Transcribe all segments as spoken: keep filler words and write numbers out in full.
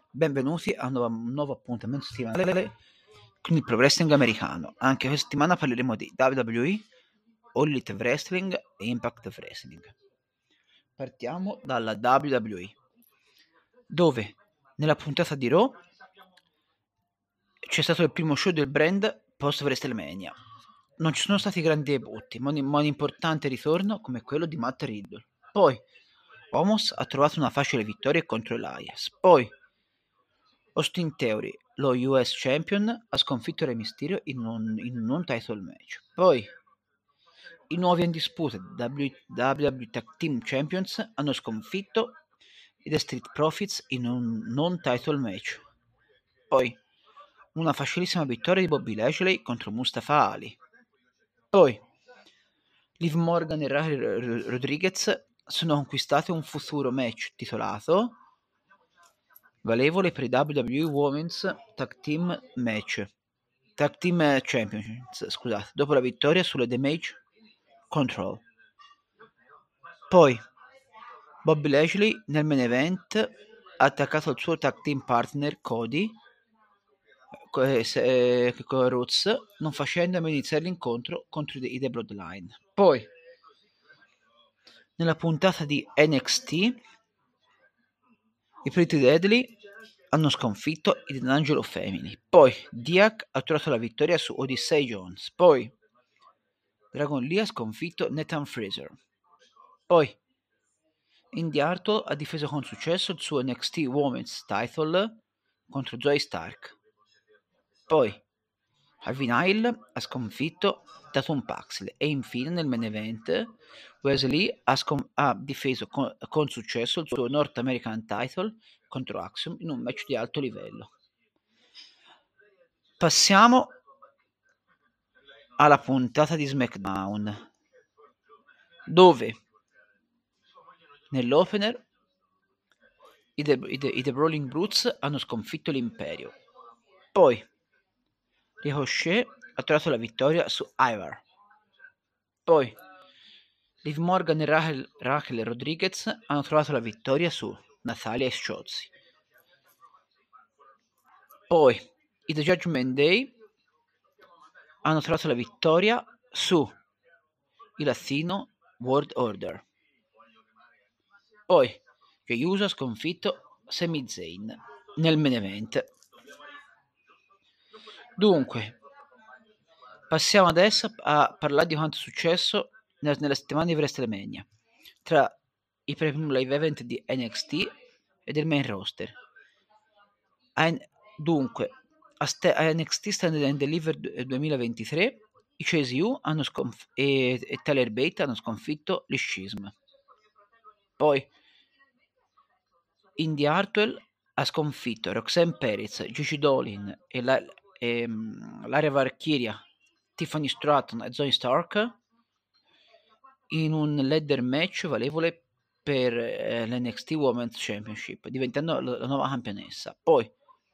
Benvenuti a un nuovo, un nuovo appuntamento settimanale con il Pro Wrestling americano. Anche questa settimana parleremo di W W E, All Elite Wrestling e Impact Wrestling. Partiamo dalla W W E, dove nella puntata di Raw c'è stato il primo show del brand post WrestleMania. Non ci sono stati grandi debutti, ma un, ma un importante ritorno come quello di Matt Riddle. Poi Omos ha trovato una facile vittoria contro Elias. Poi Austin Theory, lo U S Champion, ha sconfitto Rey Mysterio in un, in un non-title match. Poi i nuovi Undisputed W W E Tag Team Champions hanno sconfitto i The Street Profits in un non-title match. Poi una facilissima vittoria di Bobby Lashley contro Mustafa Ali. Poi Liv Morgan e Raquel Rodriguez sono conquistate un futuro match titolato valevole per i W W E Women's Tag Team Match Tag Team Championships, scusate, dopo la vittoria sulle Damage Control. Poi Bobby Lashley nel main event ha attaccato il suo tag team partner Cody eh, con Roots, non facendo iniziare l'incontro contro i The Bloodline. Poi nella puntata di N X T i Pretty Deadly hanno sconfitto i D'Angelo Family. Poi Diak ha trovato la vittoria su Odyssey Jones. Poi Dragon Lee ha sconfitto Nathan Fraser. Poi Indy Hartwell ha difeso con successo il suo N X T Women's Title contro Zoe Stark. Poi Harvey Nile ha sconfitto Tatum Paxley. E infine nel main event Wesley ha, scon- ha difeso con-, con successo il suo North American Title contro Axiom in un match di alto livello. Passiamo alla puntata di SmackDown, dove nell'opener i The, i, The, i The Brawling Brutes hanno sconfitto l'Imperio. Poi Ricochet ha trovato la vittoria su Ivar. Poi Liv Morgan e Raquel, Raquel Rodriguez hanno trovato la vittoria su Natalia e Shotzi. Poi i The Judgment Day hanno trovato la vittoria su il Latino World Order. Poi Jey Uso ha sconfitto Sami Zayn nel main event. Dunque, passiamo adesso a parlare di quanto è successo nella settimana di WrestleMania tra i primi live event di N X T e del main roster. Dunque, a, st- a N X T Stand and Deliver duemilaventitré i Chase U hanno sconf- e, e Tyler Bate hanno sconfitto gli Schism. Poi Indy Hartwell ha sconfitto Roxanne Perez, Gigi Dolin e, la, e um, Laria Valkyria, Tiffany Stratton e Zoe Stark in un ladder match valevole per eh, l'N X T Women's Championship, diventando la, la nuova campionessa. Poi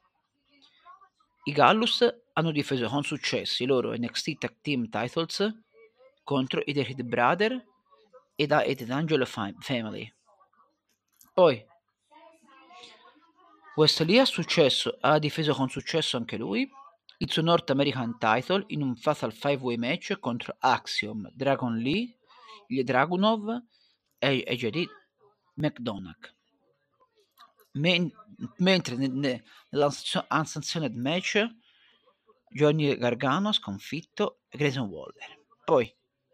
i Gallus hanno difeso con successo i loro N X T Tag Team Titles contro i The Creed Brothers e da The Angelo Family. Poi Wesley ha, successo, ha difeso con successo anche lui il suo North American Title in un Fatal five way match contro Axiom, Dragon Lee, il Dragunov e, e J D McDonagh. Men- mentre ne- ne- nell'unsanctioned match Johnny Gargano ha sconfitto Grayson Waller. Poi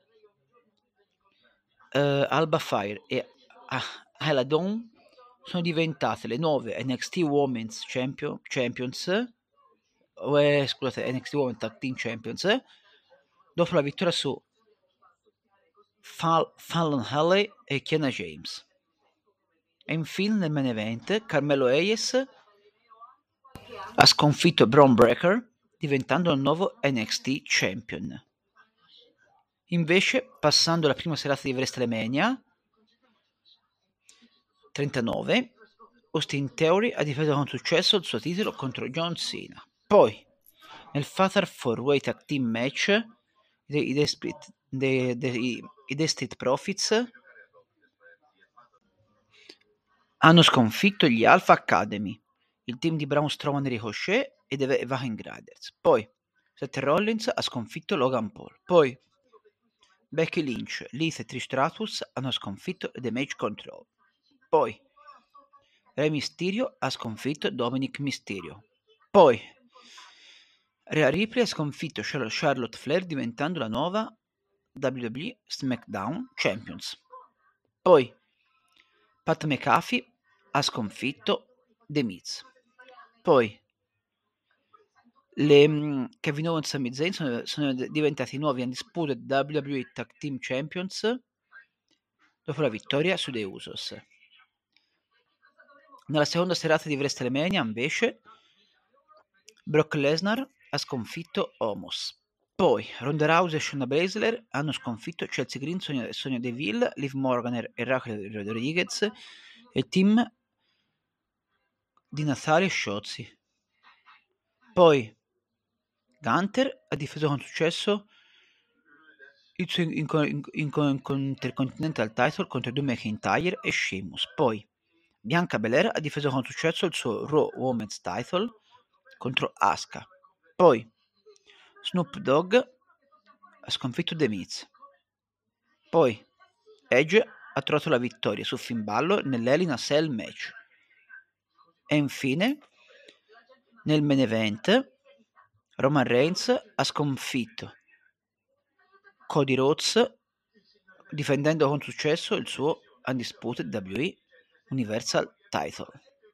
uh, Alba Fire e uh, Ayla Dawn sono diventate le nuove N X T Women's Champion, Champions eh, scusate, N X T Women's Tag Team Champions dopo la vittoria su Fal- Fallon Henley e Kiana James. E infine nel main event Carmelo Hayes ha sconfitto Braun Breaker diventando il nuovo N X T Champion. Invece, passando alla prima serata di WrestleMania trentanove, Austin Theory ha difeso con successo il suo titolo contro John Cena. Poi, nel Fatal four way Tag Team match, i The Street Profits hanno sconfitto gli Alpha Academy, il team di Braun Strowman e Ricochet e The Viking Riders. Poi Seth Rollins ha sconfitto Logan Paul. Poi Becky Lynch, Liz e Trish Stratus hanno sconfitto The Damage Control. Poi Rey Mysterio ha sconfitto Dominic Mysterio. Poi Rhea Ripley ha sconfitto Charlotte Flair diventando la nuova W W E SmackDown Champions. Poi Pat McAfee ha sconfitto The Miz. Poi le, Kevin Owens e Sami Zayn sono, sono diventati nuovi Undisputed W W E Tag Team Champions dopo la vittoria su The Usos. Nella seconda serata di WrestleMania, invece, Brock Lesnar ha sconfitto Omos. Poi Ronda Rousey e Shayna Baszler hanno sconfitto Chelsea Green, Sonia, Sonia Deville, Liv Morgan e Raquel Rodriguez e il team di Natalia Shotzi. Poi Gunther ha difeso con successo il suo Intercontinental Title contro Drew McIntyre e Sheamus. Poi Bianca Belair ha difeso con successo il suo Raw Women's Title contro Asuka. Poi Snoop Dogg ha sconfitto The Miz. Poi Edge ha trovato la vittoria su Finn Balor nell'Hell in a Cell match. E infine, nel main event, Roman Reigns ha sconfitto Cody Rhodes difendendo con successo il suo Undisputed W W E Universal Title.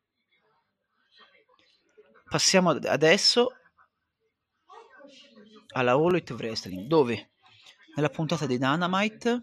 Passiamo adesso alla All Elite Wrestling, dove nella puntata di Dynamite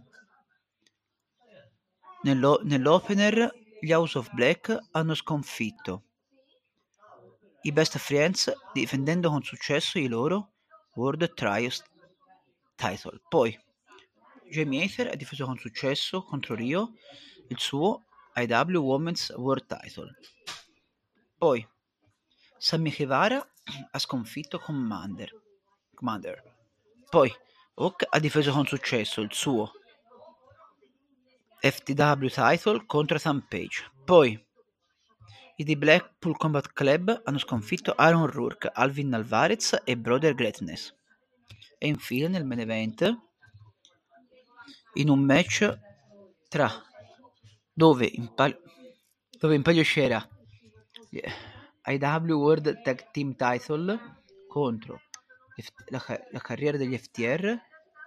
nello, nell'opener gli House of Black hanno sconfitto i Best Friends difendendo con successo i loro World Trios Title. Poi Jamie Hayter ha difeso con successo contro Rio il suo I W Women's World Title. Poi Sammy Guevara ha sconfitto Commander. Commander. Poi Hawk ha difeso con successo il suo F T W Title contro Ethan Page. Poi i The Blackpool Combat Club hanno sconfitto Aaron Rourke, Alvin Alvarez e Brother Greatness. E infine nel main event, in un match tra dove in, pal- dove in palio c'era I W World Tag Team Title contro la, la carriera degli F T R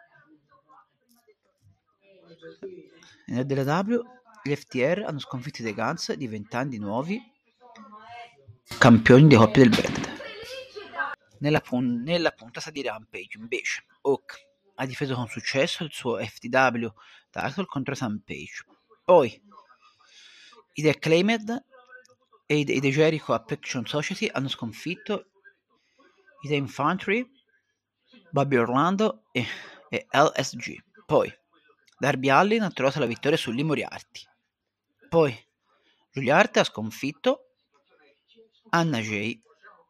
nella della W, gli F T R hanno sconfitto i The Guns diventando i nuovi campioni di coppia del brand. Nella, pun- nella puntata di Rampage invece Hawk ha difeso con successo il suo F T W title contro Ethan Page. Poi i The Acclaimed e i The Jericho Appreciation Society hanno sconfitto i The Infantry, Bobby Orlando e, e L S G. Poi Darby Allin ha trovato la vittoria su Lee Moriarty. Poi Julia Hart ha sconfitto Anna Jay.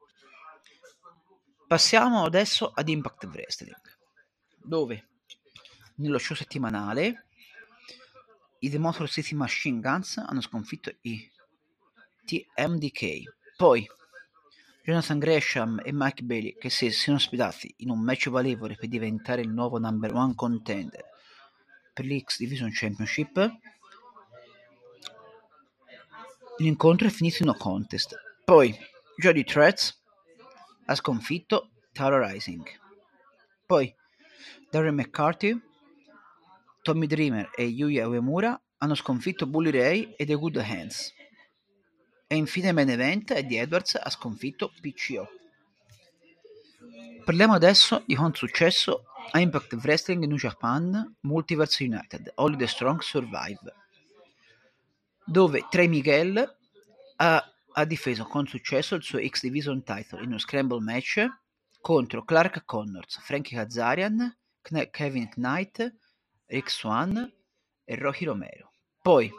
Passiamo adesso ad Impact Wrestling, dove nello show settimanale i The Motor City Machine Guns hanno sconfitto i T M D K. Poi Jonathan Gresham e Mike Bailey, che si sono ospitati in un match valevole per diventare il nuovo number one contender per l'X Division Championship, l'incontro è finito in no contest. Poi Jody Threats ha sconfitto Tara Rising. Poi Darren McCarthy, Tommy Dreamer e Yuya Uemura hanno sconfitto Bully Ray e The Good Hands. E infine main event Eddie Edwards ha sconfitto P C O. Parliamo adesso di quanto successo a Impact Wrestling New Japan Multiverse United Only the Strong Survive, dove Trey Miguel ha, ha difeso con successo il suo X Division title in uno scramble match contro Clark Connors, Frankie Kazarian, Kn- Kevin Knight, Rick Swan e Rocky Romero. Poi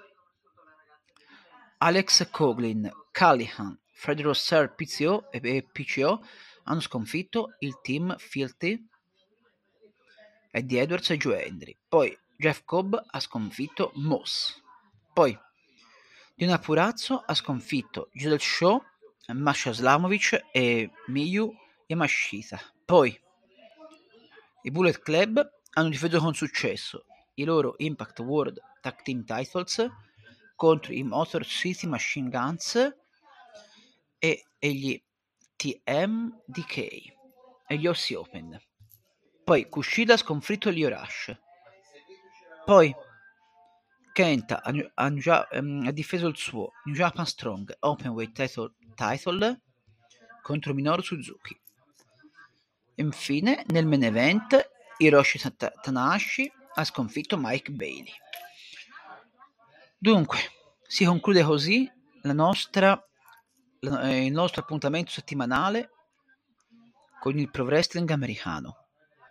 Alex Coughlin, Callihan, Fred Rosser P C O e P C O hanno sconfitto il team Filthy, Eddie Edwards e Joe Hendry. Poi Jeff Cobb ha sconfitto Moss. Poi Diona Purazzo ha sconfitto Giselle Shaw, Masha Slamovic e Miyu Yamashita. Poi i Bullet Club hanno difeso con successo i loro Impact World Tag Team Titles contro i Motor City Machine Guns e, e gli T M D K e gli Aussie Open. Poi Kushida ha sconfitto Lio Rush. Poi Kenta ha, ha, um, ha difeso il suo New Japan Strong Openweight title, title contro Minoru Suzuki. Infine, nel main event, Hiroshi Tanahashi ha sconfitto Mike Bailey. Dunque, si conclude così la nostra, la, il nostro appuntamento settimanale con il pro wrestling americano.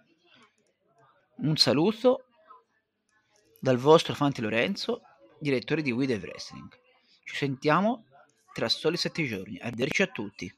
Un saluto dal vostro Fanti Lorenzo, direttore di We The Wrestling. Ci sentiamo tra soli sette giorni. Arrivederci a tutti.